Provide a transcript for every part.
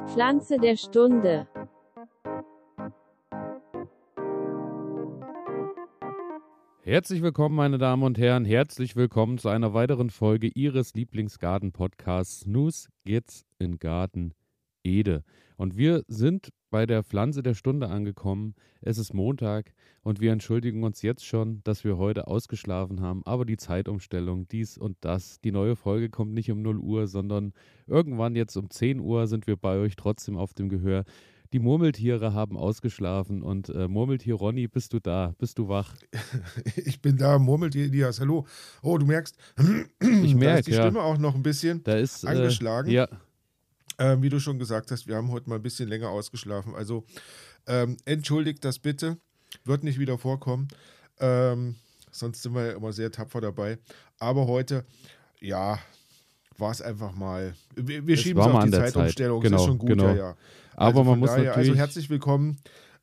Pflanze der Stunde. Herzlich willkommen, meine Damen und Herren. Herzlich willkommen zu einer weiteren Folge Ihres Lieblingsgarten-Podcasts Snooze geht's in Garten Ede. Und wir sind bei der Pflanze der Stunde angekommen. Es ist Montag und wir entschuldigen uns jetzt schon, dass wir heute ausgeschlafen haben. Aber die Zeitumstellung, dies und das, die neue Folge kommt nicht um 0 Uhr, sondern irgendwann jetzt um 10 Uhr sind wir bei euch trotzdem auf dem Gehör. Die Murmeltiere haben ausgeschlafen und Murmeltier Ronny, bist du da? Bist du wach? Ich bin da, Murmeltier Elias, hallo. Oh, du merkst, Ich da merke, ist die Stimme auch noch ein bisschen Da ist angeschlagen. ja. Wie du schon gesagt hast, wir haben heute mal ein bisschen länger ausgeschlafen. Also entschuldigt das bitte, wird nicht wieder vorkommen. Sonst sind wir ja immer sehr tapfer dabei. Aber heute, ja, war es einfach mal. Wir schieben es auf die Zeitumstellung, Genau, das ist schon gut, genau. ja. Aber man muss daher, natürlich. Also herzlich willkommen.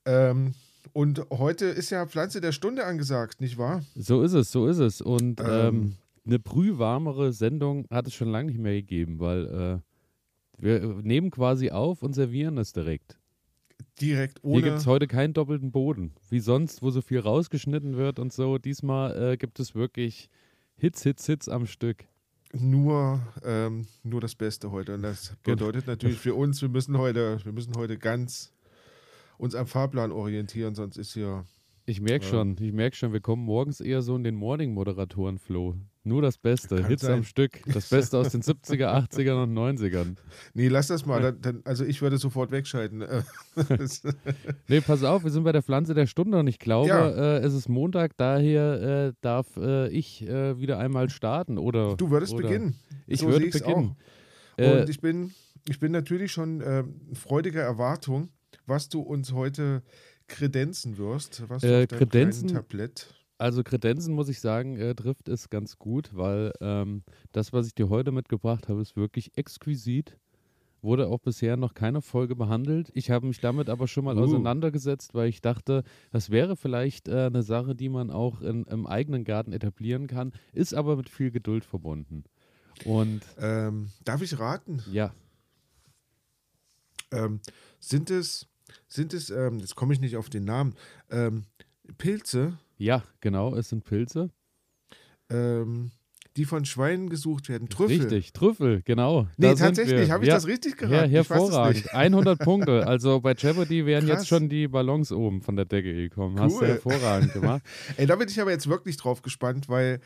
Und heute ist ja Pflanze der Stunde angesagt, nicht wahr? So ist es, so ist es. Und eine brühwarmere Sendung hat es schon lange nicht mehr gegeben, weil wir nehmen quasi auf und servieren es direkt. Direkt Hier ohne. gibt es heute keinen doppelten Boden, wie sonst, wo so viel rausgeschnitten wird und so. Diesmal gibt es wirklich Hits am Stück. Nur das Beste heute. Und das bedeutet natürlich für uns, wir müssen heute ganz uns am Fahrplan orientieren, sonst ist hier. Ich merke schon, wir kommen morgens eher so in den Morning-Moderatoren-Flow. Nur das Beste, Hits am Stück. Das Beste aus den 70er, 80ern und 90ern. Nee, lass das mal. Also ich würde sofort wegschalten. Nee, pass auf, wir sind bei der Pflanze der Stunde und ich glaube, es ist Montag, daher darf ich wieder einmal starten. Oder du würdest beginnen. Ich so würde beginnen. Und ich bin natürlich schon freudiger Erwartung, was du uns heute kredenzen wirst. Was du auf deinem kleinen Tablett. Also kredenzen, muss ich sagen, trifft es ganz gut, weil das, was ich dir heute mitgebracht habe, ist wirklich exquisit. Wurde auch bisher noch keine Folge behandelt. Ich habe mich damit aber schon mal auseinandergesetzt, weil ich dachte, das wäre vielleicht eine Sache, die man auch im eigenen Garten etablieren kann, ist aber mit viel Geduld verbunden. Und darf ich raten? Ja. Sind es, jetzt komme ich nicht auf den Namen, Pilze? Ja, genau, es sind Pilze. Die von Schweinen gesucht werden. Trüffel. Richtig, Trüffel, genau. Nee, tatsächlich, habe ich das richtig geraten? Ja, hervorragend. 100 Punkte. Also bei Jeopardy wären Krass. jetzt schon die Ballons oben von der Decke gekommen. Cool. Hast du hervorragend gemacht. Ey, da bin ich aber jetzt wirklich drauf gespannt, weil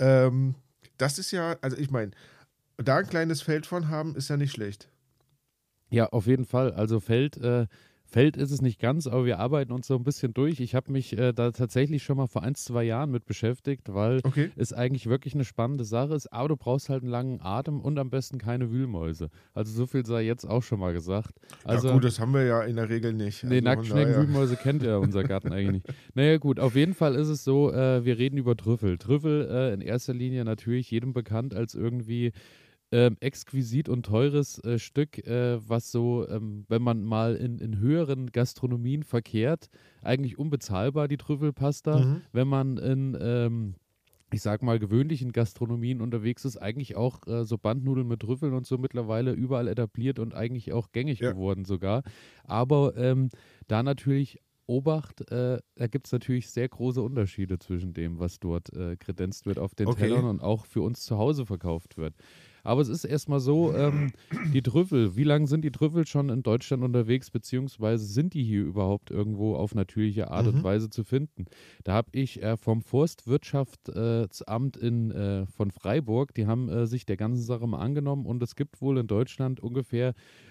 das ist ja, also ich meine, da ein kleines Feld von haben, ist ja nicht schlecht. Ja, auf jeden Fall. Also Feld ist es nicht ganz, aber wir arbeiten uns so ein bisschen durch. Ich habe mich da tatsächlich schon mal vor 1-2 Jahren mit beschäftigt, weil es eigentlich wirklich eine spannende Sache ist, aber du brauchst halt einen langen Atem und am besten keine Wühlmäuse. Also so viel sei jetzt auch schon mal gesagt. Also, ja gut, das haben wir ja in der Regel nicht. Nee, also Nacktschnecken, Wühlmäuse kennt ja unser Garten eigentlich nicht. Naja gut, auf jeden Fall ist es so, wir reden über Trüffel. Trüffel in erster Linie natürlich jedem bekannt als irgendwie exquisit und teures Stück, was so, wenn man mal in höheren Gastronomien verkehrt, eigentlich unbezahlbar, die Trüffelpasta. Wenn man in, ich sag mal, gewöhnlichen Gastronomien unterwegs ist, eigentlich auch so Bandnudeln mit Trüffeln und so mittlerweile überall etabliert und eigentlich auch gängig geworden sogar. Aber da natürlich Obacht, da gibt es natürlich sehr große Unterschiede zwischen dem, was dort kredenzt wird auf den Tellern und auch für uns zu Hause verkauft wird. Aber es ist erstmal so, die Trüffel, wie lange sind die Trüffel schon in Deutschland unterwegs, beziehungsweise sind die hier überhaupt irgendwo auf natürliche Art und Weise zu finden? Da habe ich vom Forstwirtschaftsamt von Freiburg, die haben sich der ganzen Sache mal angenommen und es gibt wohl in Deutschland ungefähr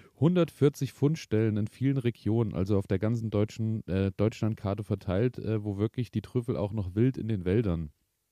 140 Fundstellen in vielen Regionen, also auf der ganzen Deutschlandkarte verteilt, wo wirklich die Trüffel auch noch wild in den Wäldern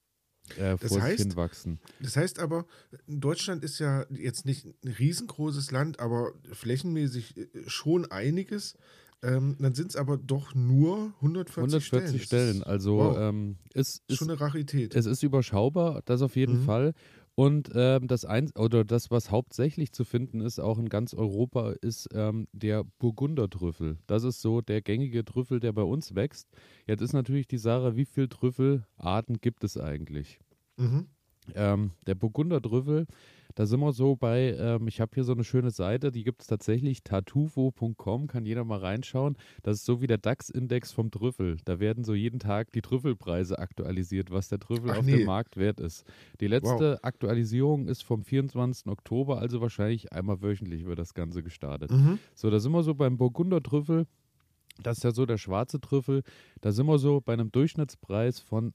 vor sich hinwachsen. Das heißt aber, Deutschland ist ja jetzt nicht ein riesengroßes Land, aber flächenmäßig schon einiges. Dann sind es aber doch nur 140 Stellen. Also ist schon eine Rarität. Es ist überschaubar, das auf jeden Fall. Und das, was hauptsächlich zu finden ist, auch in ganz Europa, ist der Burgundertrüffel. Das ist so der gängige Trüffel, der bei uns wächst. Jetzt ist natürlich die Sache, wie viele Trüffelarten gibt es eigentlich? Der Burgundertrüffel, da sind wir so bei, ich habe hier so eine schöne Seite, die gibt es tatsächlich, tartufo.com, kann jeder mal reinschauen. Das ist so wie der DAX-Index vom Trüffel. Da werden so jeden Tag die Trüffelpreise aktualisiert, was der Trüffel Ach auf dem nee, Markt wert ist. Die wow. letzte Aktualisierung ist vom 24. Oktober, also wahrscheinlich einmal wöchentlich wird das Ganze gestartet. Mhm. So, da sind wir so beim Burgundertrüffel. Das ist ja so der schwarze Trüffel. Da sind wir so bei einem Durchschnittspreis von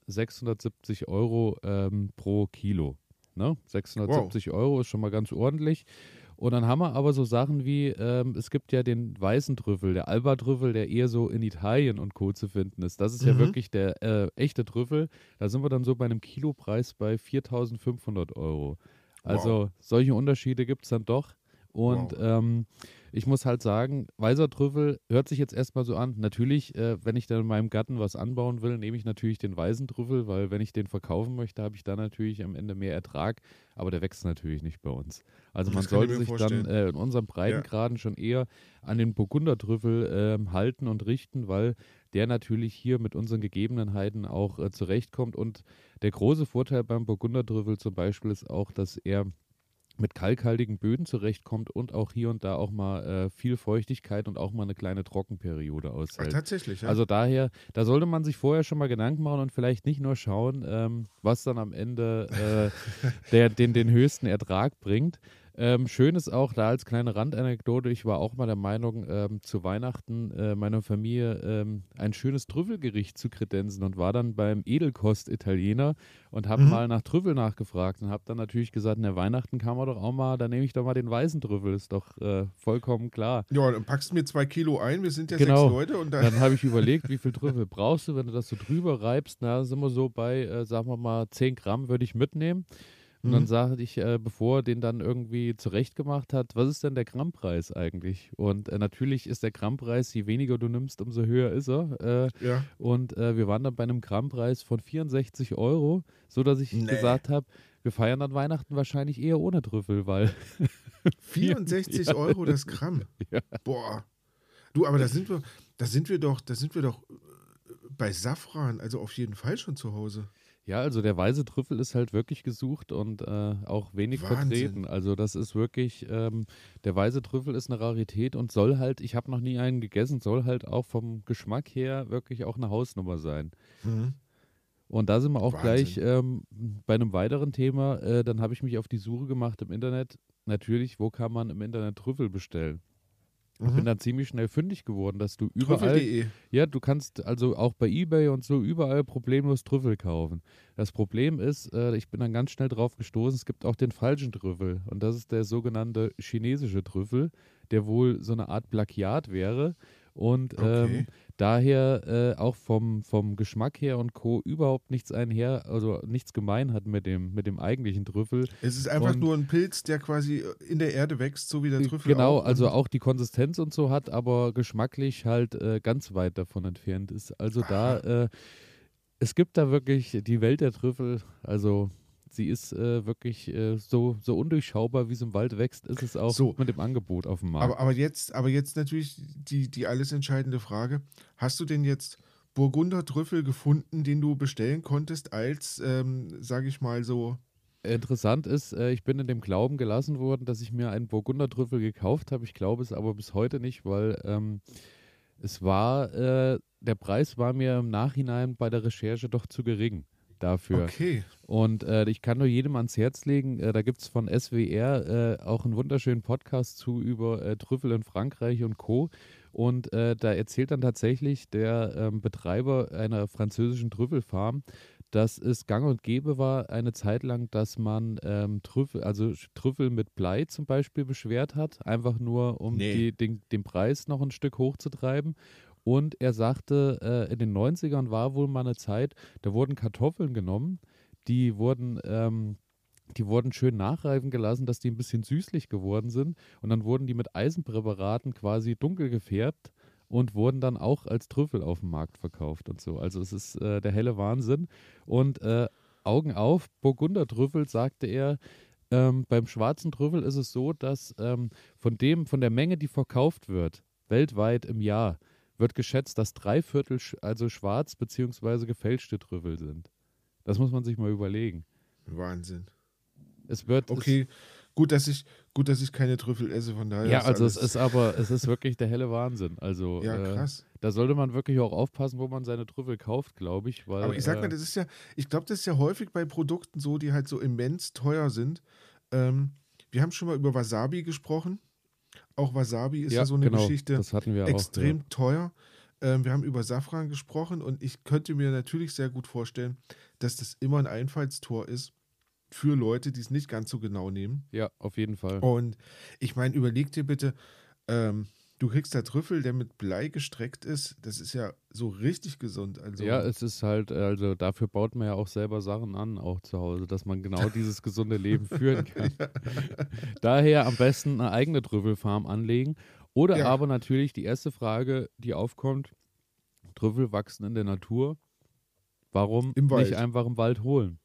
670 Euro pro Kilo. Ne? Wow. 670 Euro ist schon mal ganz ordentlich. Und dann haben wir aber so Sachen wie, es gibt ja den weißen Trüffel, der Alba-Trüffel, der eher so in Italien und Co. zu finden ist. Das ist ja Mhm. wirklich der echte Trüffel. Da sind wir dann so bei einem Kilopreis bei 4.500 Euro. Wow. Also solche Unterschiede gibt es dann doch. Und Wow. ich muss halt sagen, weißer Trüffel hört sich jetzt erstmal so an. Natürlich, wenn ich dann in meinem Garten was anbauen will, nehme ich natürlich den weißen Trüffel, weil wenn ich den verkaufen möchte, habe ich da natürlich am Ende mehr Ertrag. Aber der wächst natürlich nicht bei uns. Also man Das kann ich sollte mir sich dann vorstellen. in unserem Ja. Breitengraden schon eher an den Burgundertrüffel halten und richten, weil der natürlich hier mit unseren Gegebenheiten auch zurechtkommt. Und der große Vorteil beim Burgundertrüffel zum Beispiel ist auch, dass er mit kalkhaltigen Böden zurechtkommt und auch hier und da auch mal viel Feuchtigkeit und auch mal eine kleine Trockenperiode Ach, aushält. tatsächlich, ja. Also daher, da sollte man sich vorher schon mal Gedanken machen und vielleicht nicht nur schauen, was dann am Ende den höchsten Ertrag bringt. Schön ist auch da als kleine Randanekdote, ich war auch mal der Meinung, zu Weihnachten meiner Familie ein schönes Trüffelgericht zu kredenzen und war dann beim Edelkost-Italiener und habe Mhm. mal nach Trüffel nachgefragt und habe dann natürlich gesagt, na Weihnachten kann man doch auch mal, da nehme ich doch mal den weißen Trüffel, ist doch vollkommen klar. Ja, dann packst du mir 2 Kilo ein. Wir sind ja 6 Genau. Leute und dann. Dann habe ich überlegt, wie viel Trüffel brauchst du, wenn du das so drüber reibst, na, sind wir so bei, sagen wir mal, 10 Gramm würde ich mitnehmen. Und dann Mhm. sagte ich, bevor er den dann irgendwie zurechtgemacht hat, was ist denn der Grammpreis eigentlich? Und natürlich ist der Grammpreis, je weniger du nimmst, umso höher ist er. Ja. Und wir waren dann bei einem Grammpreis von 64 Euro, so dass ich Nee. gesagt habe, wir feiern dann Weihnachten wahrscheinlich eher ohne Trüffel, weil vier, 64 ja, Euro das Gramm. ja. Boah. Du, aber da sind wir doch bei Safran, also auf jeden Fall schon zu Hause. Ja, also der weiße Trüffel ist halt wirklich gesucht und auch wenig Wahnsinn. vertreten. Also das ist wirklich, der weiße Trüffel ist eine Rarität und soll halt, ich habe noch nie einen gegessen, soll halt auch vom Geschmack her wirklich auch eine Hausnummer sein. Mhm. Und da sind wir auch gleich Wahnsinn. bei einem weiteren Thema. Dann habe ich mich auf die Suche gemacht im Internet. Natürlich, wo kann man im Internet Trüffel bestellen? Und bin Mhm. dann ziemlich schnell fündig geworden, dass du überall, Trüffel.de. ja, du kannst also auch bei eBay und so überall problemlos Trüffel kaufen. Das Problem ist, ich bin dann ganz schnell drauf gestoßen, es gibt auch den falschen Trüffel. Und das ist der sogenannte chinesische Trüffel, der wohl so eine Art Plagiat wäre. Und Okay. daher auch vom Geschmack her und Co. überhaupt nichts einher, also nichts gemein hat mit dem eigentlichen Trüffel. Es ist einfach Und nur ein Pilz, der quasi in der Erde wächst, so wie der Trüffel genau, auch. also Und auch die Konsistenz und so hat, aber geschmacklich halt ganz weit davon entfernt ist. Also da, aha. es gibt da wirklich die Welt der Trüffel, also sie ist wirklich so undurchschaubar, wie es im Wald wächst, ist es auch So, mit dem Angebot auf dem aber, Markt. aber jetzt natürlich die alles entscheidende Frage. Hast du denn jetzt Burgunder Trüffel gefunden, den du bestellen konntest, als, sage ich mal so. Interessant ist, ich bin in dem Glauben gelassen worden, dass ich mir einen Burgundertrüffel gekauft habe. Ich glaube es aber bis heute nicht, weil der Preis war mir im Nachhinein bei der Recherche doch zu gering dafür. Okay. Und ich kann nur jedem ans Herz legen, da gibt es von SWR auch einen wunderschönen Podcast zu über Trüffel in Frankreich und Co. Und da erzählt dann tatsächlich der Betreiber einer französischen Trüffelfarm, dass es gang und gäbe war eine Zeit lang, dass man Trüffel mit Blei zum Beispiel beschwert hat, einfach nur um Nee. den Preis noch ein Stück hochzutreiben. Und er sagte, in den 90ern war wohl mal eine Zeit, da wurden Kartoffeln genommen, die wurden, die wurden schön nachreifen gelassen, dass die ein bisschen süßlich geworden sind. Und dann wurden die mit Eisenpräparaten quasi dunkel gefärbt und wurden dann auch als Trüffel auf dem Markt verkauft und so. Also es ist der helle Wahnsinn. Und Augen auf, Burgundertrüffel, sagte er, beim schwarzen Trüffel ist es so, dass von der Menge, die verkauft wird, weltweit im Jahr, wird geschätzt, dass 3/4 also schwarz bzw. gefälschte Trüffel sind. Das muss man sich mal überlegen. Wahnsinn. Es wird. Okay, gut, dass ich keine Trüffel esse, von daher Ja, ist also alles. es ist wirklich der helle Wahnsinn. Also Ja, krass. da sollte man wirklich auch aufpassen, wo man seine Trüffel kauft, glaube ich, Aber ich sag mal, weil ich glaube, das ist ja häufig bei Produkten so, die halt so immens teuer sind. Ähm, Wir haben schon mal über Wasabi gesprochen. Auch Wasabi ist ja ja, so eine genau, Geschichte, das hatten wir auch, ja. extrem teuer. Wir haben über Safran gesprochen und ich könnte mir natürlich sehr gut vorstellen, dass das immer ein Einfallstor ist für Leute, die es nicht ganz so genau nehmen. Ja, auf jeden Fall. Und ich meine, überleg dir bitte, ähm, du kriegst da Trüffel, der mit Blei gestreckt ist. Das ist ja so richtig gesund. Ja, Also, es ist halt, also dafür baut man ja auch selber Sachen an, auch zu Hause, dass man genau dieses gesunde Leben führen kann. Daher am besten eine eigene Trüffelfarm anlegen. Oder ja, aber natürlich die erste Frage, die aufkommt: Trüffel wachsen in der Natur. Warum im nicht Wald. einfach im Wald holen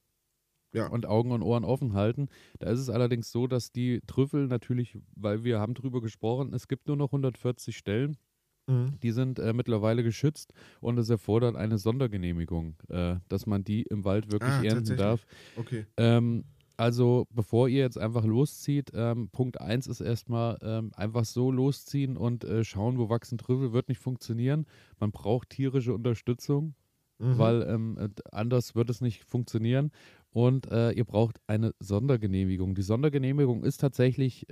Ja. und Augen und Ohren offen halten? Da ist es allerdings so, dass die Trüffel natürlich, weil wir haben drüber gesprochen, es gibt nur noch 140 Stellen. Mhm. Die sind mittlerweile geschützt und es erfordert eine Sondergenehmigung, dass man die im Wald wirklich Ah, ernten darf. tatsächlich. Okay. Ähm, also bevor ihr jetzt einfach loszieht, Punkt 1 ist erstmal einfach so losziehen und schauen, wo wachsen Trüffel, wird nicht funktionieren. Man braucht tierische Unterstützung, Mhm. weil anders wird es nicht funktionieren. Und ihr braucht eine Sondergenehmigung. Die Sondergenehmigung ist tatsächlich,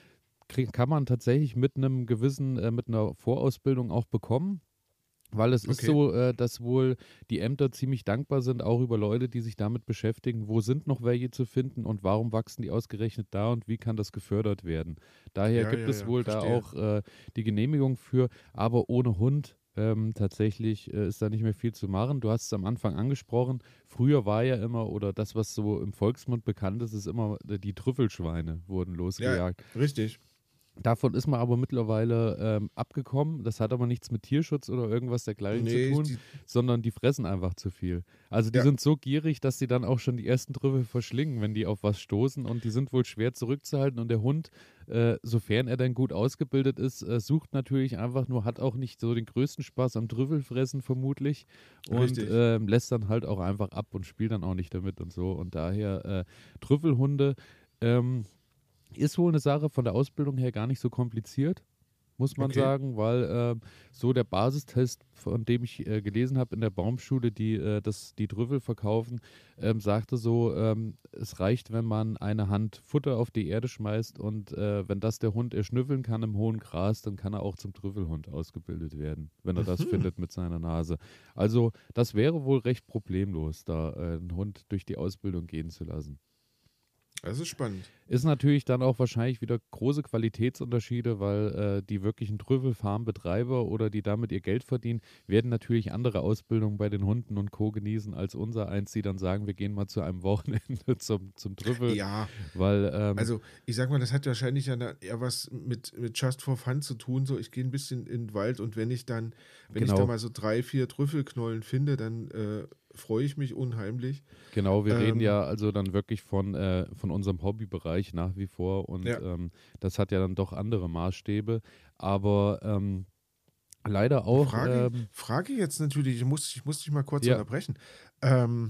kann man tatsächlich mit einem gewissen, mit einer Vorausbildung auch bekommen. Weil es ist Okay. so, dass wohl die Ämter ziemlich dankbar sind, auch über Leute, die sich damit beschäftigen, wo sind noch welche zu finden und warum wachsen die ausgerechnet da und wie kann das gefördert werden. Daher Ja, gibt ja, es ja, wohl da verstehe. auch die Genehmigung für, aber ohne Hund. Tatsächlich ist da nicht mehr viel zu machen. Du hast es am Anfang angesprochen. Früher war ja immer, oder das, was so im Volksmund bekannt ist, ist immer, die Trüffelschweine wurden Ja, losgejagt. richtig. Davon ist man aber mittlerweile abgekommen. Das hat aber nichts mit Tierschutz oder irgendwas dergleichen zu Nee, tun, sondern die fressen einfach zu viel. Also die ja, sind so gierig, dass sie dann auch schon die ersten Trüffel verschlingen, wenn die auf was stoßen. Und die sind wohl schwer zurückzuhalten. Und der Hund, sofern er dann gut ausgebildet ist, sucht natürlich einfach nur, hat auch nicht so den größten Spaß am Trüffelfressen vermutlich und richtig. lässt dann halt auch einfach ab und spielt dann auch nicht damit und so. Und daher Trüffelhunde. Ähm, ist wohl eine Sache von der Ausbildung her gar nicht so kompliziert, muss man Okay. sagen, weil so der Basistest, von dem ich gelesen habe in der Baumschule, die die Trüffel verkaufen, sagte so, es reicht, wenn man eine Hand Futter auf die Erde schmeißt und wenn das der Hund erschnüffeln kann im hohen Gras, dann kann er auch zum Trüffelhund ausgebildet werden, wenn er das Mhm. findet mit seiner Nase. Also das wäre wohl recht problemlos, da einen Hund durch die Ausbildung gehen zu lassen. Das ist spannend. Ist natürlich dann auch wahrscheinlich wieder große Qualitätsunterschiede, weil die wirklichen Trüffelfarmbetreiber oder die damit ihr Geld verdienen, werden natürlich andere Ausbildungen bei den Hunden und Co. genießen als unser eins, die dann sagen, wir gehen mal zu einem Wochenende zum Trüffel, Ja, weil also ich sag mal, das hat wahrscheinlich ja eher was mit Just for Fun zu tun. So, ich gehe ein bisschen in den Wald und wenn ich da genau, mal so 3, 4 Trüffelknollen finde, dann freue ich mich unheimlich. genau, wir reden Ähm, ja also dann wirklich von unserem Hobbybereich nach wie vor und ja, das hat ja dann doch andere Maßstäbe, aber leider auch, Frage jetzt natürlich, ich muss dich mal kurz ja, unterbrechen. Ähm,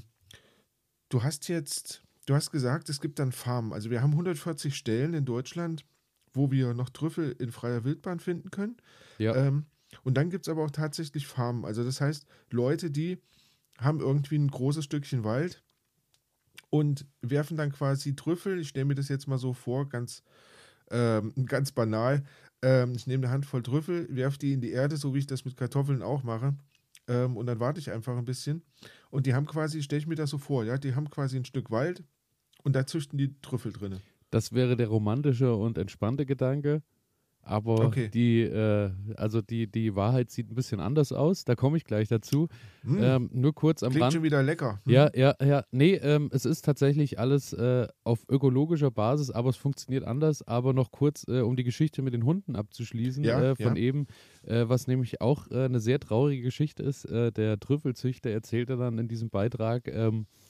du hast gesagt, es gibt dann Farmen. Also wir haben 140 Stellen in Deutschland, wo wir noch Trüffel in freier Wildbahn finden können. ja, Ähm, und dann gibt es aber auch tatsächlich Farmen. Also das heißt, Leute, die haben irgendwie ein großes Stückchen Wald und werfen dann quasi Trüffel. Ich stelle mir das jetzt mal so vor, ganz banal. Ich nehme eine Handvoll Trüffel, werfe die in die Erde, so wie ich das mit Kartoffeln auch mache. Und dann warte ich einfach ein bisschen. Und die haben quasi, stelle ich mir das so vor, ja, die haben quasi ein Stück Wald und da züchten die Trüffel drinne. das wäre der romantische und entspannte Gedanke. Aber Okay. die Wahrheit sieht ein bisschen anders aus. Da komme ich gleich dazu. Hm, Nur kurz am klingt Rand. schon wieder lecker. Ja, Mhm. ja, ja. Nee, es ist tatsächlich alles auf ökologischer Basis, aber es funktioniert anders. Aber noch kurz, um die Geschichte mit den Hunden abzuschließen, Ja, von ja. eben, was nämlich auch eine sehr traurige Geschichte ist. Der Trüffelzüchter erzählte dann in diesem Beitrag,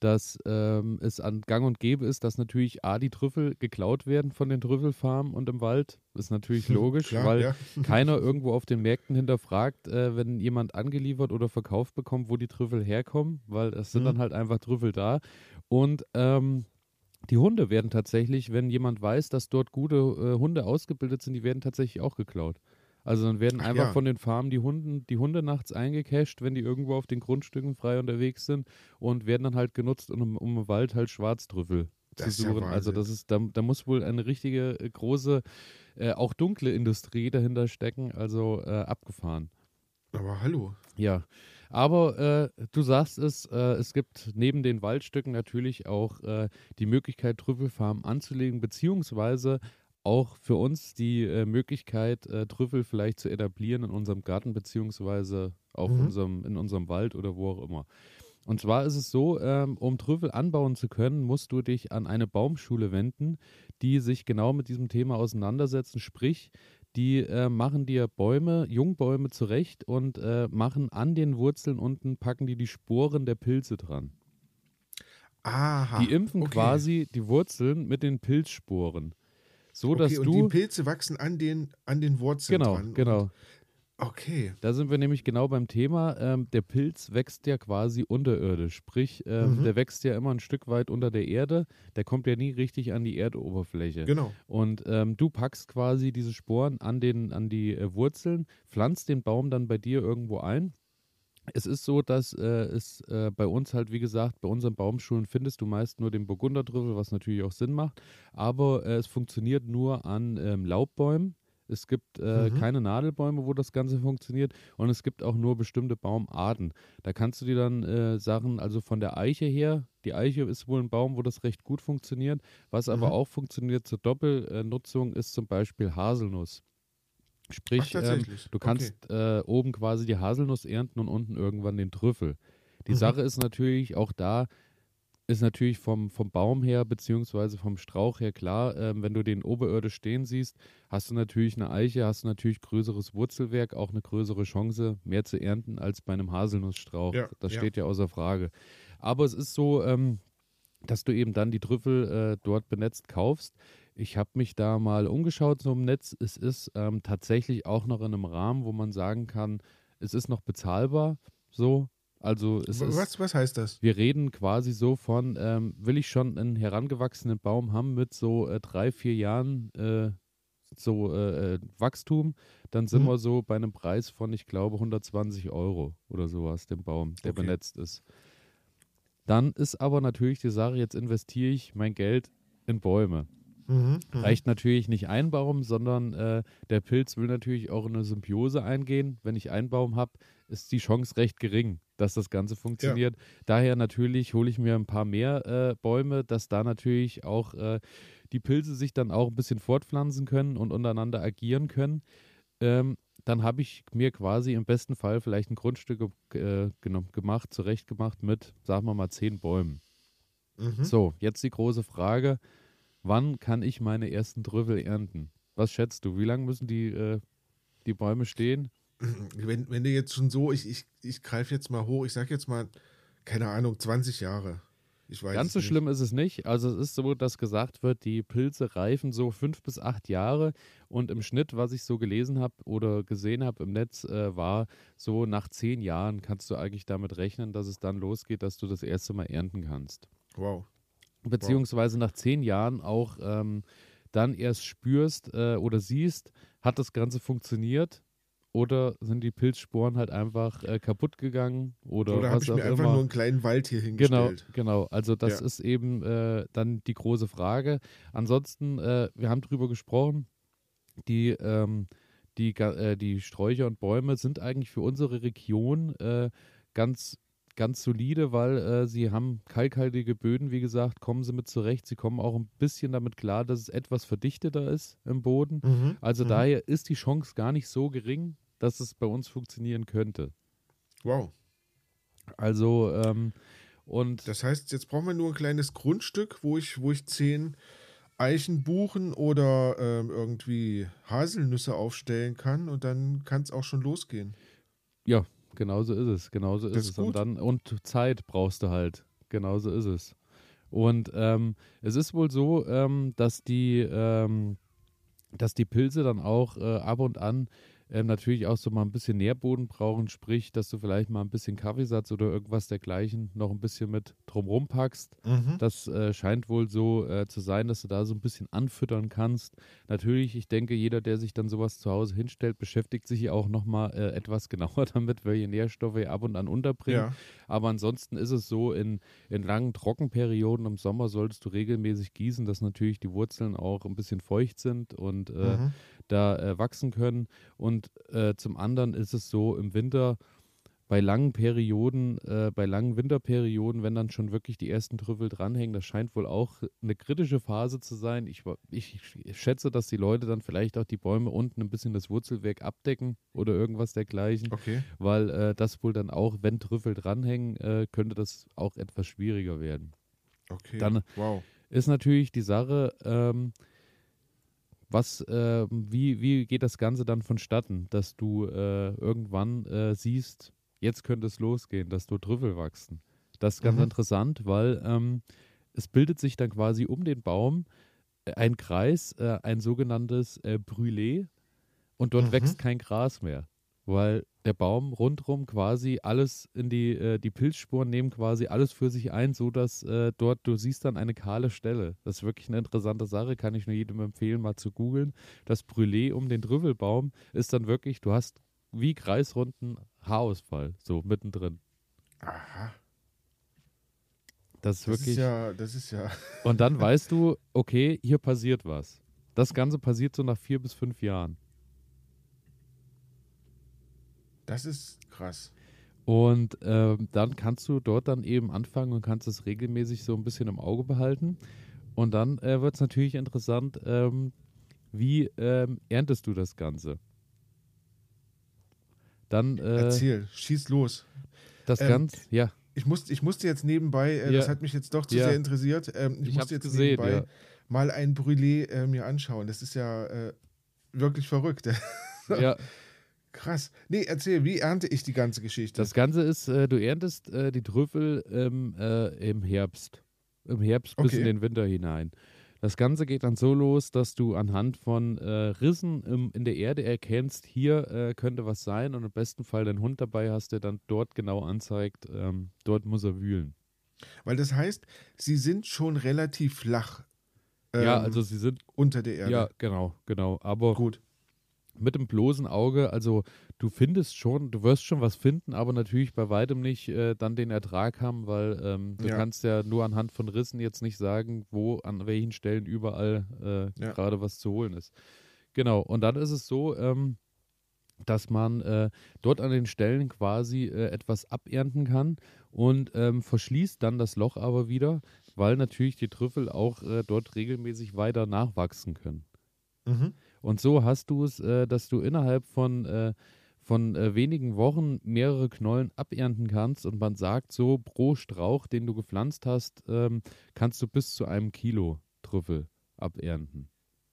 dass es an Gang und Gäbe ist, dass natürlich A, die Trüffel geklaut werden von den Trüffelfarmen und im Wald. Ist natürlich logisch, Klar, weil ja. keiner irgendwo auf den Märkten hinterfragt, wenn jemand angeliefert oder verkauft bekommt, wo die Trüffel herkommen, weil es sind Mhm. dann halt einfach Trüffel da. Und die Hunde werden tatsächlich, wenn jemand weiß, dass dort gute Hunde ausgebildet sind, die werden tatsächlich auch geklaut. Also dann werden Ach einfach ja, von den Farmen die Hunde nachts eingecasht, wenn die irgendwo auf den Grundstücken frei unterwegs sind und werden dann halt genutzt, um im Wald halt Schwarztrüffel zu das ist ja suchen. Also Wahnsinn. das ist, da muss wohl eine richtige große, auch dunkle Industrie dahinter stecken, also abgefahren. Aber hallo. Ja, aber du sagst es gibt neben den Waldstücken natürlich auch die Möglichkeit, Trüffelfarmen anzulegen, beziehungsweise auch für uns die Möglichkeit, Trüffel vielleicht zu etablieren in unserem Garten, beziehungsweise auf Mhm. in unserem Wald oder wo auch immer. Und zwar ist es so, um Trüffel anbauen zu können, musst du dich an eine Baumschule wenden, die sich genau mit diesem Thema auseinandersetzen. Sprich, die machen dir Bäume, Jungbäume zurecht und machen an den Wurzeln unten, packen die Sporen der Pilze dran. Die Aha, impfen okay. quasi die Wurzeln mit den Pilzsporen, so Okay, dass und die du, Pilze wachsen an den Wurzeln genau, dran und genau, okay. da sind wir nämlich genau beim Thema. Der Pilz wächst ja quasi unterirdisch. Sprich, Mhm. der wächst ja immer ein Stück weit unter der Erde. Der kommt ja nie richtig an die Erdoberfläche. Genau. Und du packst quasi diese Sporen an die Wurzeln, pflanzt den Baum dann bei dir irgendwo ein. Es ist so, dass es bei uns halt, wie gesagt, bei unseren Baumschulen findest du meist nur den Burgundertrüffel, was natürlich auch Sinn macht. Aber es funktioniert nur an Laubbäumen. Es gibt Mhm. keine Nadelbäume, wo das Ganze funktioniert. Und es gibt auch nur bestimmte Baumarten. Da kannst du dir dann Sachen, also von der Eiche her, die Eiche ist wohl ein Baum, wo das recht gut funktioniert. Was aber Mhm. auch funktioniert zur Doppelnutzung, ist zum Beispiel Haselnuss. Ach, Sprich, tatsächlich. du Okay. kannst oben quasi die Haselnuss ernten und unten irgendwann den Trüffel. Die Mhm. Sache ist natürlich, auch da ist natürlich vom Baum her, beziehungsweise vom Strauch her klar, wenn du den oberirdisch stehen siehst, hast du natürlich eine Eiche, hast du natürlich größeres Wurzelwerk, auch eine größere Chance, mehr zu ernten als bei einem Haselnussstrauch. Ja, Das ja. steht ja außer Frage. Aber es ist so, dass du eben dann die Trüffel dort benetzt kaufst. Ich habe mich da mal umgeschaut so im Netz. Es ist tatsächlich auch noch in einem Rahmen, wo man sagen kann, es ist noch bezahlbar. So, also es ist, Was heißt das? wir reden quasi so von, will ich schon einen herangewachsenen Baum haben mit so 3, 4 Jahren Wachstum, dann sind Mhm. wir so bei einem Preis von, ich glaube, 120 € oder sowas, dem Baum, der Okay. benetzt ist. Dann ist aber natürlich die Sache, jetzt investiere ich mein Geld in Bäume. Mhm. Mhm. Reicht natürlich nicht ein Baum, sondern der Pilz will natürlich auch in eine Symbiose eingehen. Wenn ich einen Baum habe, ist die Chance recht gering, dass das Ganze Ja. funktioniert. Daher natürlich hole ich mir ein paar mehr Bäume, dass da natürlich auch die Pilze sich dann auch ein bisschen fortpflanzen können und untereinander agieren können. Dann habe ich mir quasi im besten Fall vielleicht ein Grundstück zurecht gemacht mit, sagen wir mal, 10 Bäumen. Mhm. So, jetzt die große Frage, wann kann ich meine ersten Trüffel ernten? Was schätzt du? Wie lange müssen die Bäume stehen? Wenn du jetzt schon so, ich greife jetzt mal hoch, ich sag jetzt mal, keine Ahnung, 20 Jahre. Ich weiß Ganz es so nicht. schlimm ist es nicht. Also es ist so, dass gesagt wird, die Pilze reifen so 5 bis 8 Jahre und im Schnitt, was ich so gelesen habe oder gesehen habe im Netz, war so nach 10 Jahren kannst du eigentlich damit rechnen, dass es dann losgeht, dass du das erste Mal ernten kannst. Wow. Wow. Beziehungsweise nach 10 Jahren auch dann erst spürst oder siehst, hat das Ganze funktioniert oder sind die Pilzsporen halt einfach kaputt gegangen oder Oder habe was ich mir auch einfach nur immer. einen kleinen Wald hier Genau, hingestellt? genau. Also das Ja. ist eben dann die große Frage. Ansonsten, wir haben drüber gesprochen, die, die Sträucher und Bäume sind eigentlich für unsere Region ganz, ganz solide, weil sie haben kalkhaltige Böden, wie gesagt, kommen sie mit zurecht. Sie kommen auch ein bisschen damit klar, dass es etwas verdichteter ist im Boden. Mhm. Also Mhm. daher ist die Chance gar nicht so gering, dass es bei uns funktionieren könnte. Wow. Also, und Das heißt, jetzt brauchen wir nur ein kleines Grundstück, wo ich 10 Eichen, Buchen oder irgendwie Haselnüsse aufstellen kann und dann kann es auch schon losgehen. ja, genauso ist es, genauso ist Das ist es. Und gut. dann, und Zeit brauchst du halt. genau so ist es. Und es ist wohl so, dass die Pilze dann auch ab und an natürlich auch so mal ein bisschen Nährboden brauchen, sprich, dass du vielleicht mal ein bisschen Kaffeesatz oder irgendwas dergleichen noch ein bisschen mit drumrum packst. Mhm. Das scheint wohl so zu sein, dass du da so ein bisschen anfüttern kannst. Natürlich, ich denke, jeder, der sich dann sowas zu Hause hinstellt, beschäftigt sich auch nochmal etwas genauer damit, welche Nährstoffe er ab und an unterbringt. Ja. Aber ansonsten ist es so, in langen Trockenperioden im Sommer solltest du regelmäßig gießen, dass natürlich die Wurzeln auch ein bisschen feucht sind und Mhm. da wachsen können. Und zum anderen ist es so im Winter, bei langen Perioden, bei langen Winterperioden, wenn dann schon wirklich die ersten Trüffel dranhängen, das scheint wohl auch eine kritische Phase zu sein. Ich schätze, dass die Leute dann vielleicht auch die Bäume unten ein bisschen das Wurzelwerk abdecken oder irgendwas dergleichen, Okay. weil das wohl dann auch, wenn Trüffel dranhängen, könnte das auch etwas schwieriger werden. Okay. Dann Wow. ist natürlich die Sache, wie geht das Ganze dann vonstatten, dass du irgendwann siehst, jetzt könnte es losgehen, dass dort Trüffel wachsen. Das ist ganz Mhm. interessant, weil es bildet sich dann quasi um den Baum ein Kreis, ein sogenanntes Brûlé, und dort Mhm. wächst kein Gras mehr, weil der Baum rundherum quasi alles die Pilzsporen nehmen quasi alles für sich ein, sodass dort, du siehst dann eine kahle Stelle. Das ist wirklich eine interessante Sache, kann ich nur jedem empfehlen, mal zu googeln. Das Brûlé um den Trüffelbaum ist dann wirklich, du hast wie kreisrunden Haarausfall, so mittendrin. Aha. Das ist wirklich, Das ist ja, und dann weißt du, okay, hier passiert was. Das Ganze passiert so nach 4 bis 5 Jahren. das ist krass. Und dann kannst du dort dann eben anfangen und kannst es regelmäßig so ein bisschen im Auge behalten. Und dann wird es natürlich interessant, wie erntest du das Ganze? Dann Erzähl, schieß los. das Ähm, Ganze, ja, ich musste jetzt nebenbei, das ja, hat mich jetzt doch zu sehr ja, interessiert, ich ich musste hab's jetzt gesehen, nebenbei ja. mal ein Brûlé mir anschauen. Das ist ja wirklich verrückt. Ja, Krass. Nee, erzähl, wie ernte ich die ganze Geschichte? das Ganze ist, du erntest die Trüffel im Herbst. Im Herbst bis in Okay. den Winter hinein. Das Ganze geht dann so los, dass du anhand von Rissen in der Erde erkennst, hier könnte was sein, und im besten Fall deinen Hund dabei hast, der dann dort genau anzeigt, dort muss er wühlen. Weil das heißt, sie sind schon relativ flach Ja, also sie sind, unter der ja, Erde. genau, genau. Aber Gut. mit dem bloßen Auge, also du findest schon, du wirst schon was finden, aber natürlich bei weitem nicht dann den Ertrag haben, weil du Ja, kannst ja nur anhand von Rissen jetzt nicht sagen, wo, an welchen Stellen überall ja. gerade was zu holen ist. Genau, und dann ist es so, dass man dort an den Stellen quasi etwas abernten kann und verschließt dann das Loch aber wieder, weil natürlich die Trüffel auch dort regelmäßig weiter nachwachsen können. Mhm. Und so hast du es, dass du innerhalb von wenigen Wochen mehrere Knollen abernten kannst, und man sagt so, pro Strauch, den du gepflanzt hast, kannst du bis zu 1 Kilo Trüffel abernten.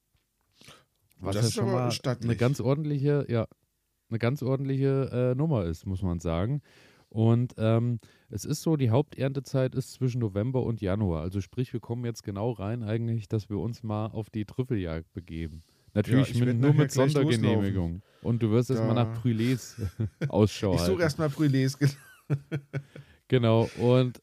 Und Was das ja ist schon aber mal stattlich. eine ganz ordentliche Nummer ist, muss man sagen. Und es ist so, die Haupterntezeit ist zwischen November und Januar. Also sprich, wir kommen jetzt genau rein eigentlich, dass wir uns mal auf die Trüffeljagd begeben. Ja, Natürlich ich werde nur nachher mit gleich loslaufen. Sondergenehmigung. Und du wirst erstmal nach Da. Brûlés Ausschau Ich suche halten. erstmal Brûlés. Genau. Und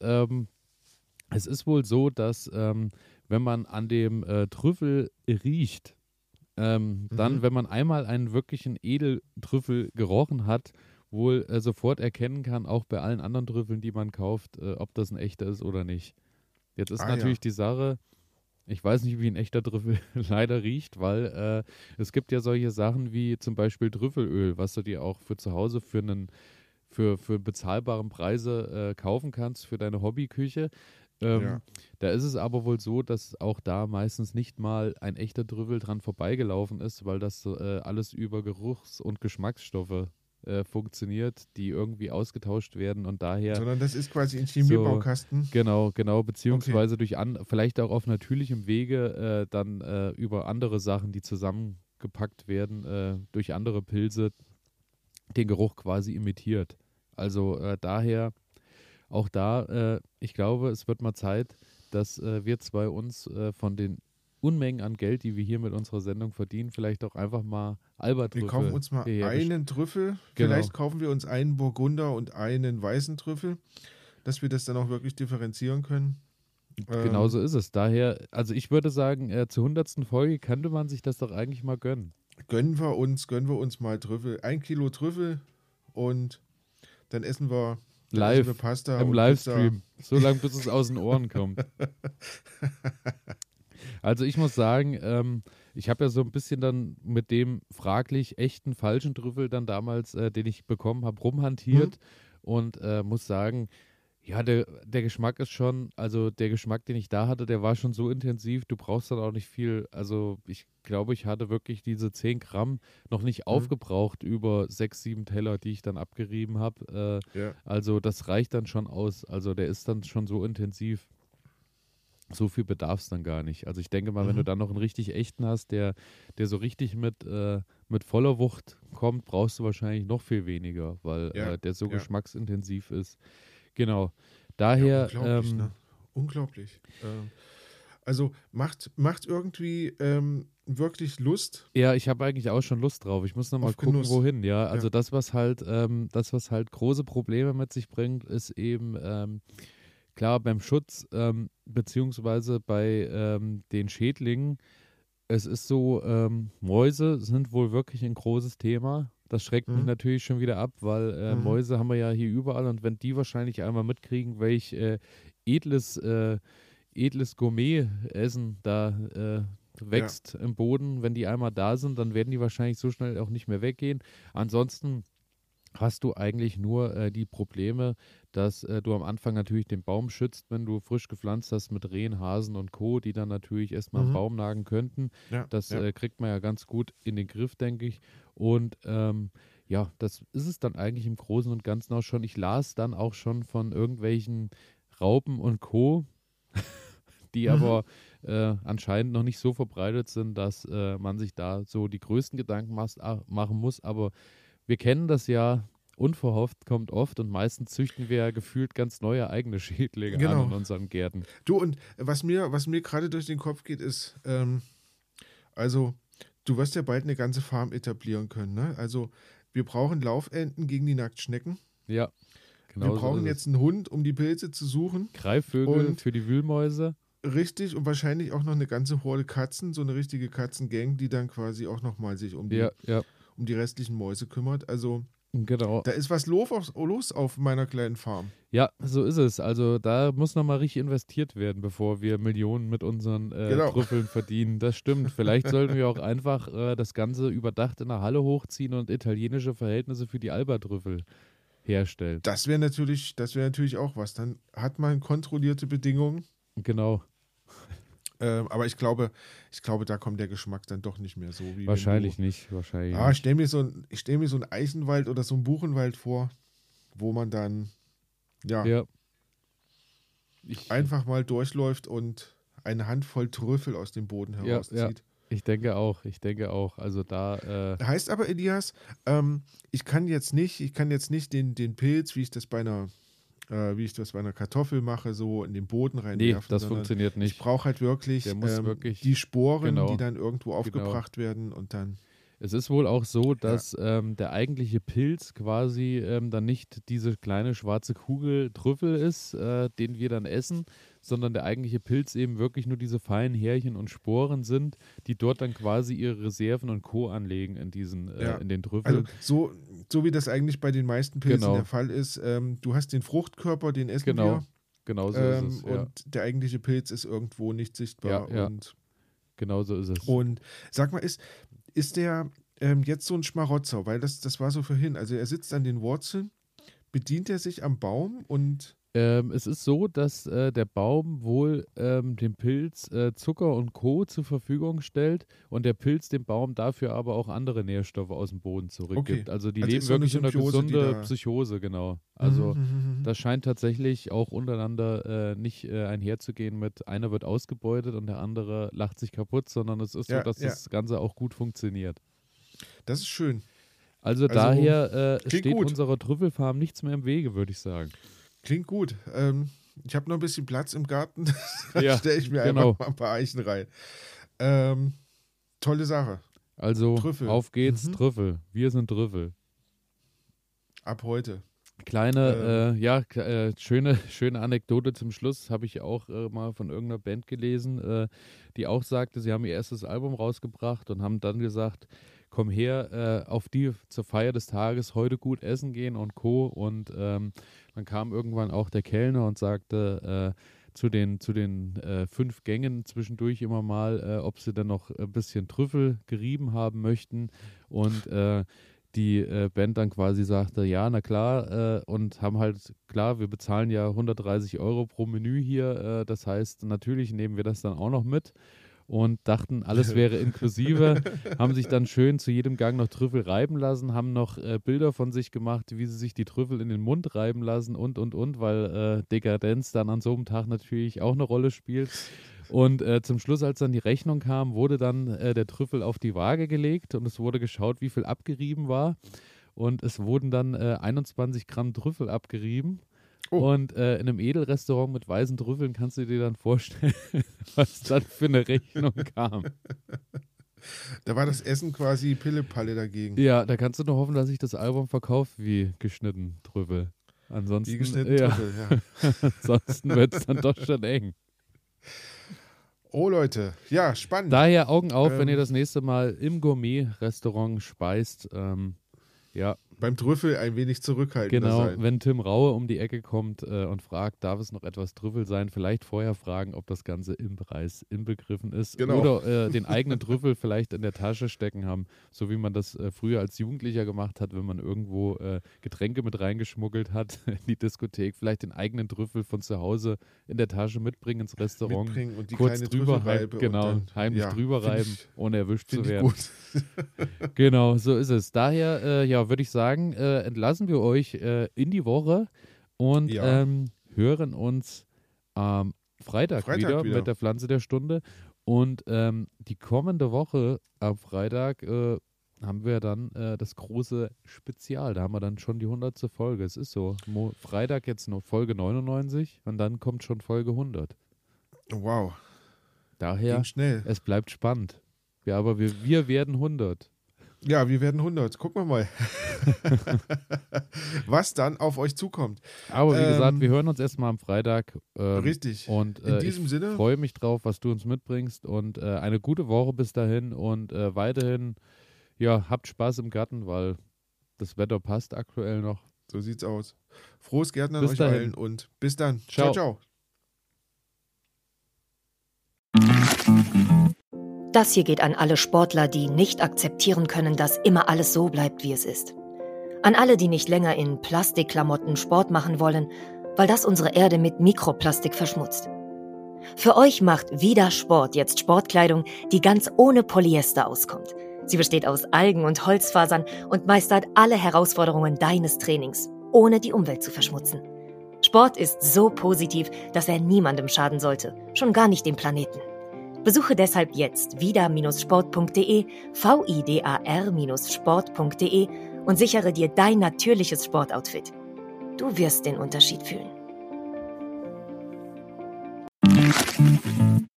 es ist wohl so, dass wenn man an dem Trüffel riecht, dann, Mhm. wenn man einmal einen wirklichen Edeltrüffel gerochen hat, wohl sofort erkennen kann, auch bei allen anderen Trüffeln, die man kauft, ob das ein echter ist oder nicht. Jetzt ist Ah ja. natürlich die Sache, ich weiß nicht, wie ein echter Trüffel leider riecht, weil es gibt ja solche Sachen wie zum Beispiel Trüffelöl, was du dir auch für zu Hause für bezahlbaren Preise kaufen kannst für deine Hobbyküche. Ja. Da ist es aber wohl so, dass auch da meistens nicht mal ein echter Trüffel dran vorbeigelaufen ist, weil das alles über Geruchs- und Geschmacksstoffe funktioniert, die irgendwie ausgetauscht werden, und daher Sondern das ist quasi ein so, Chemiebaukasten. genau, Okay. beziehungsweise vielleicht auch auf natürlichem Wege dann über andere Sachen, die zusammengepackt werden, durch andere Pilze, den Geruch quasi imitiert. Also daher auch da, ich glaube, es wird mal Zeit, dass wir zwei uns von den Unmengen an Geld, die wir hier mit unserer Sendung verdienen, vielleicht auch einfach mal Wir kaufen Albatrüffel uns mal hierher einen Trüffel. Genau, Vielleicht kaufen wir uns einen Burgunder und einen weißen Trüffel, dass wir das dann auch wirklich differenzieren können. genau Ähm, so ist es. Daher, also ich würde sagen, zur 100. Folge könnte man sich das doch eigentlich mal gönnen. gönnen wir uns mal Trüffel. 1 Kilo Trüffel und dann essen wir Live, Pasta im und Pizza. Livestream, so lange bis es aus den Ohren kommt. Also ich muss sagen, ich habe ja so ein bisschen dann mit dem fraglich echten falschen Trüffel dann damals, den ich bekommen habe, Hm? rumhantiert und muss sagen, ja, der Geschmack ist schon, also der Geschmack, den ich da hatte, der war schon so intensiv, du brauchst dann auch nicht viel, also ich glaube, ich hatte wirklich diese 10 Gramm noch nicht Hm? aufgebraucht über 6, 7 Teller, die ich dann abgerieben habe. Ja. Also das reicht dann schon aus, also der ist dann schon so intensiv. So viel bedarf es dann gar nicht. Also ich denke mal, wenn du Mhm. dann noch einen richtig echten hast, der so richtig mit voller Wucht kommt, brauchst du wahrscheinlich noch viel weniger, weil Ja. der so Ja. geschmacksintensiv ist. Genau. Ja, Daher, unglaublich, ne? Unglaublich. Also macht irgendwie wirklich Lust ja, ich habe eigentlich auch schon Lust drauf. Ich muss noch mal auf gucken, Genuss. wohin. Ja, Ja. also das, was halt große Probleme mit sich bringt, ist eben klar beim Schutz beziehungsweise bei den Schädlingen. Es ist so, Mäuse sind wohl wirklich ein großes Thema. Das schreckt mich Mhm. natürlich schon wieder ab, weil Mhm. Mäuse haben wir ja hier überall und wenn die wahrscheinlich einmal mitkriegen, welch edles, edles Gourmet-Essen da Ja. wächst im Boden, wenn die einmal da sind, dann werden die wahrscheinlich so schnell auch nicht mehr weggehen. Ansonsten hast du eigentlich nur die Probleme, dass du am Anfang natürlich den Baum schützt, wenn du frisch gepflanzt hast mit Rehen, Hasen und Co., die dann natürlich erstmal am Mhm. Baum nagen könnten. Ja. Das Ja. kriegt man ja ganz gut in den Griff, denke ich. Und ja, das ist es dann eigentlich im Großen und Ganzen auch schon. Ich las dann auch schon von irgendwelchen Raupen und Co., die Mhm. aber anscheinend noch nicht so verbreitet sind, dass man sich da so die größten Gedanken machen muss. Aber wir kennen das ja, unverhofft kommt oft und meistens züchten wir ja gefühlt ganz neue eigene Schädlinge an in Genau. unseren Gärten. Du, und was mir gerade durch den Kopf geht, ist, also, du wirst ja bald eine ganze Farm etablieren können, ne? Also, wir brauchen Laufenten gegen die Nacktschnecken. Ja, Wir genau so ist brauchen es. jetzt einen Hund, um die Pilze zu suchen. Greifvögel Und für die Wühlmäuse. richtig, und wahrscheinlich auch noch eine ganze Horde Katzen, so eine richtige Katzengang, die dann quasi auch nochmal sich um Ja, ja, die restlichen Mäuse kümmert. Also, genau. da ist was los auf meiner kleinen Farm. Ja, so ist es. Also da muss nochmal richtig investiert werden, bevor wir Millionen mit unseren Genau. Trüffeln verdienen. Das stimmt. Vielleicht sollten wir auch einfach das Ganze überdacht in der Halle hochziehen und italienische Verhältnisse für die Alba-Trüffel herstellen. Das wäre natürlich auch was. Dann hat man kontrollierte Bedingungen. Genau. Aber ich glaube, da kommt der Geschmack dann doch nicht mehr so, wie wenn du. Wahrscheinlich nicht. Wahrscheinlich Ah, ich nicht. stelle mir so einen Eichenwald oder so einen Buchenwald vor, wo man dann, ja, Ja. Ich, einfach mal durchläuft und eine Handvoll Trüffel aus dem Boden ja, ja. herauszieht. Ich denke auch. Ich denke auch. Also da, Heißt aber, Elias, ich kann jetzt nicht den Pilz, wie ich das bei einer Kartoffel mache, so in den Boden nee, reinwerfen, das sondern funktioniert ich nicht. brauche halt wirklich Der muss die wirklich, Sporen, die genau, dann irgendwo genau. aufgebracht werden und dann, Es ist wohl auch so, ja, dass der eigentliche Pilz quasi dann nicht diese kleine schwarze Kugel Trüffel ist, den wir dann essen, sondern der eigentliche Pilz eben wirklich nur diese feinen Härchen und Sporen sind, die dort dann quasi ihre Reserven und Co. anlegen ja. in den Also Trüffel. so wie das eigentlich bei den meisten Pilzen der Genau, Fall ist, du hast den Fruchtkörper, den essen genau, wir, genau so ist es. Ja, und der eigentliche Pilz ist irgendwo nicht ja, sichtbar ja, und genau so ist es. Und sag mal, ist der jetzt so ein Schmarotzer? Weil das war so vorhin. Also er sitzt an den Wurzeln, bedient er sich am Baum und Es ist so, dass der Baum wohl dem Pilz Zucker und Co. zur Verfügung stellt und der Pilz dem Baum dafür aber auch andere Nährstoffe aus dem Boden okay. zurückgibt. Also die Also ist leben so eine wirklich in einer Symbiose, die gesunden da. Psychose, genau. Mhm, Also mhm, mhm. das scheint tatsächlich auch untereinander nicht einherzugehen mit einer wird ausgebeutet und der andere lacht sich kaputt, sondern es ist so, Ja, dass ja, das Ganze auch gut funktioniert. das ist schön. Also Also daher klingt steht gut. unserer Trüffelfarm nichts mehr im Wege, würde ich sagen. Klingt gut. Ich habe noch ein bisschen Platz im Garten. Ja, Stelle ich mir genau. einfach mal ein paar Eichen rein. Tolle Sache. Also, Trüffel. auf geht's, Trüffel. Wir sind Trüffel. Ab heute. Kleine, schöne Anekdote zum Schluss, habe ich auch mal von irgendeiner Band gelesen, die auch sagte, sie haben ihr erstes Album rausgebracht und haben dann gesagt, komm her, zur Feier des Tages heute gut essen gehen und Co. Und dann kam irgendwann auch der Kellner und sagte zu den 5 Gängen zwischendurch immer mal, ob sie dann noch ein bisschen Trüffel gerieben haben möchten. Und die Band dann quasi sagte, ja, na klar, und haben halt, klar, wir bezahlen ja 130 € pro Menü hier, das heißt, natürlich nehmen wir das dann auch noch mit und dachten, alles wäre inklusive, haben sich dann schön zu jedem Gang noch Trüffel reiben lassen, haben noch Bilder von sich gemacht, wie sie sich die Trüffel in den Mund reiben lassen und, weil Dekadenz dann an so einem Tag natürlich auch eine Rolle spielt. Und zum Schluss, als dann die Rechnung kam, wurde dann der Trüffel auf die Waage gelegt und es wurde geschaut, wie viel abgerieben war. Und es wurden dann 21 Gramm Trüffel abgerieben. Oh. Und in einem Edelrestaurant mit weißen Trüffeln kannst du dir dann vorstellen, was dann für eine Rechnung kam. Da war das Essen quasi Pille-Palle dagegen. Ja, da kannst du nur hoffen, dass sich das Album verkauft wie geschnitten Trüffel. Ansonsten, Wie geschnitten Trüffel, ja. Ansonsten wird es dann doch schon eng. Oh Leute, ja, spannend. Daher Augen auf, wenn ihr das nächste Mal im Gourmet-Restaurant speist. Ja. Beim Trüffel ein wenig zurückhaltender Genau, sein. wenn Tim Raue um die Ecke kommt und fragt, darf es noch etwas Trüffel sein, vielleicht vorher fragen, ob das Ganze im Preis inbegriffen ist. Genau. Oder den eigenen Trüffel vielleicht in der Tasche stecken haben, so wie man das früher als Jugendlicher gemacht hat, wenn man irgendwo Getränke mit reingeschmuggelt hat in die Diskothek, vielleicht den eigenen Trüffel von zu Hause in der Tasche mitbringen ins Restaurant, mitbringen und die kurz kleine drüber Trüffelreibe genau, und dann, heimlich ja, drüber reiben, ohne erwischt zu werden. Gut. Genau, so ist es. Daher, würde ich sagen, entlassen wir euch in die Woche und hören uns am Freitag wieder mit der Pflanze der Stunde. Und die kommende Woche am Freitag haben wir dann das große Spezial. Da haben wir dann schon die 100. Folge. Es ist so. Freitag jetzt noch Folge 99 und dann kommt schon Folge 100. Wow. Daher, ging schnell. Es bleibt spannend. Ja, aber wir werden 100. Ja, wir werden 100. Gucken wir mal, was dann auf euch zukommt. Aber wie gesagt, wir hören uns erstmal am Freitag. Richtig. Und in diesem Sinne freue mich drauf, was du uns mitbringst. Und eine gute Woche bis dahin. Und weiterhin, ja, habt Spaß im Garten, weil das Wetter passt aktuell noch. So sieht's aus. Frohes Gärtnern Bis euch dahin. allen und bis dann. Ciao. Ciao, ciao. Das hier geht an alle Sportler, die nicht akzeptieren können, dass immer alles so bleibt, wie es ist. An alle, die nicht länger in Plastikklamotten Sport machen wollen, weil das unsere Erde mit Mikroplastik verschmutzt. Für euch macht Vida Sport jetzt Sportkleidung, die ganz ohne Polyester auskommt. Sie besteht aus Algen und Holzfasern und meistert alle Herausforderungen deines Trainings, ohne die Umwelt zu verschmutzen. Sport ist so positiv, dass er niemandem schaden sollte, schon gar nicht dem Planeten. Besuche deshalb jetzt vida-sport.de, vidar-sport.de und sichere dir dein natürliches Sportoutfit. Du wirst den Unterschied fühlen.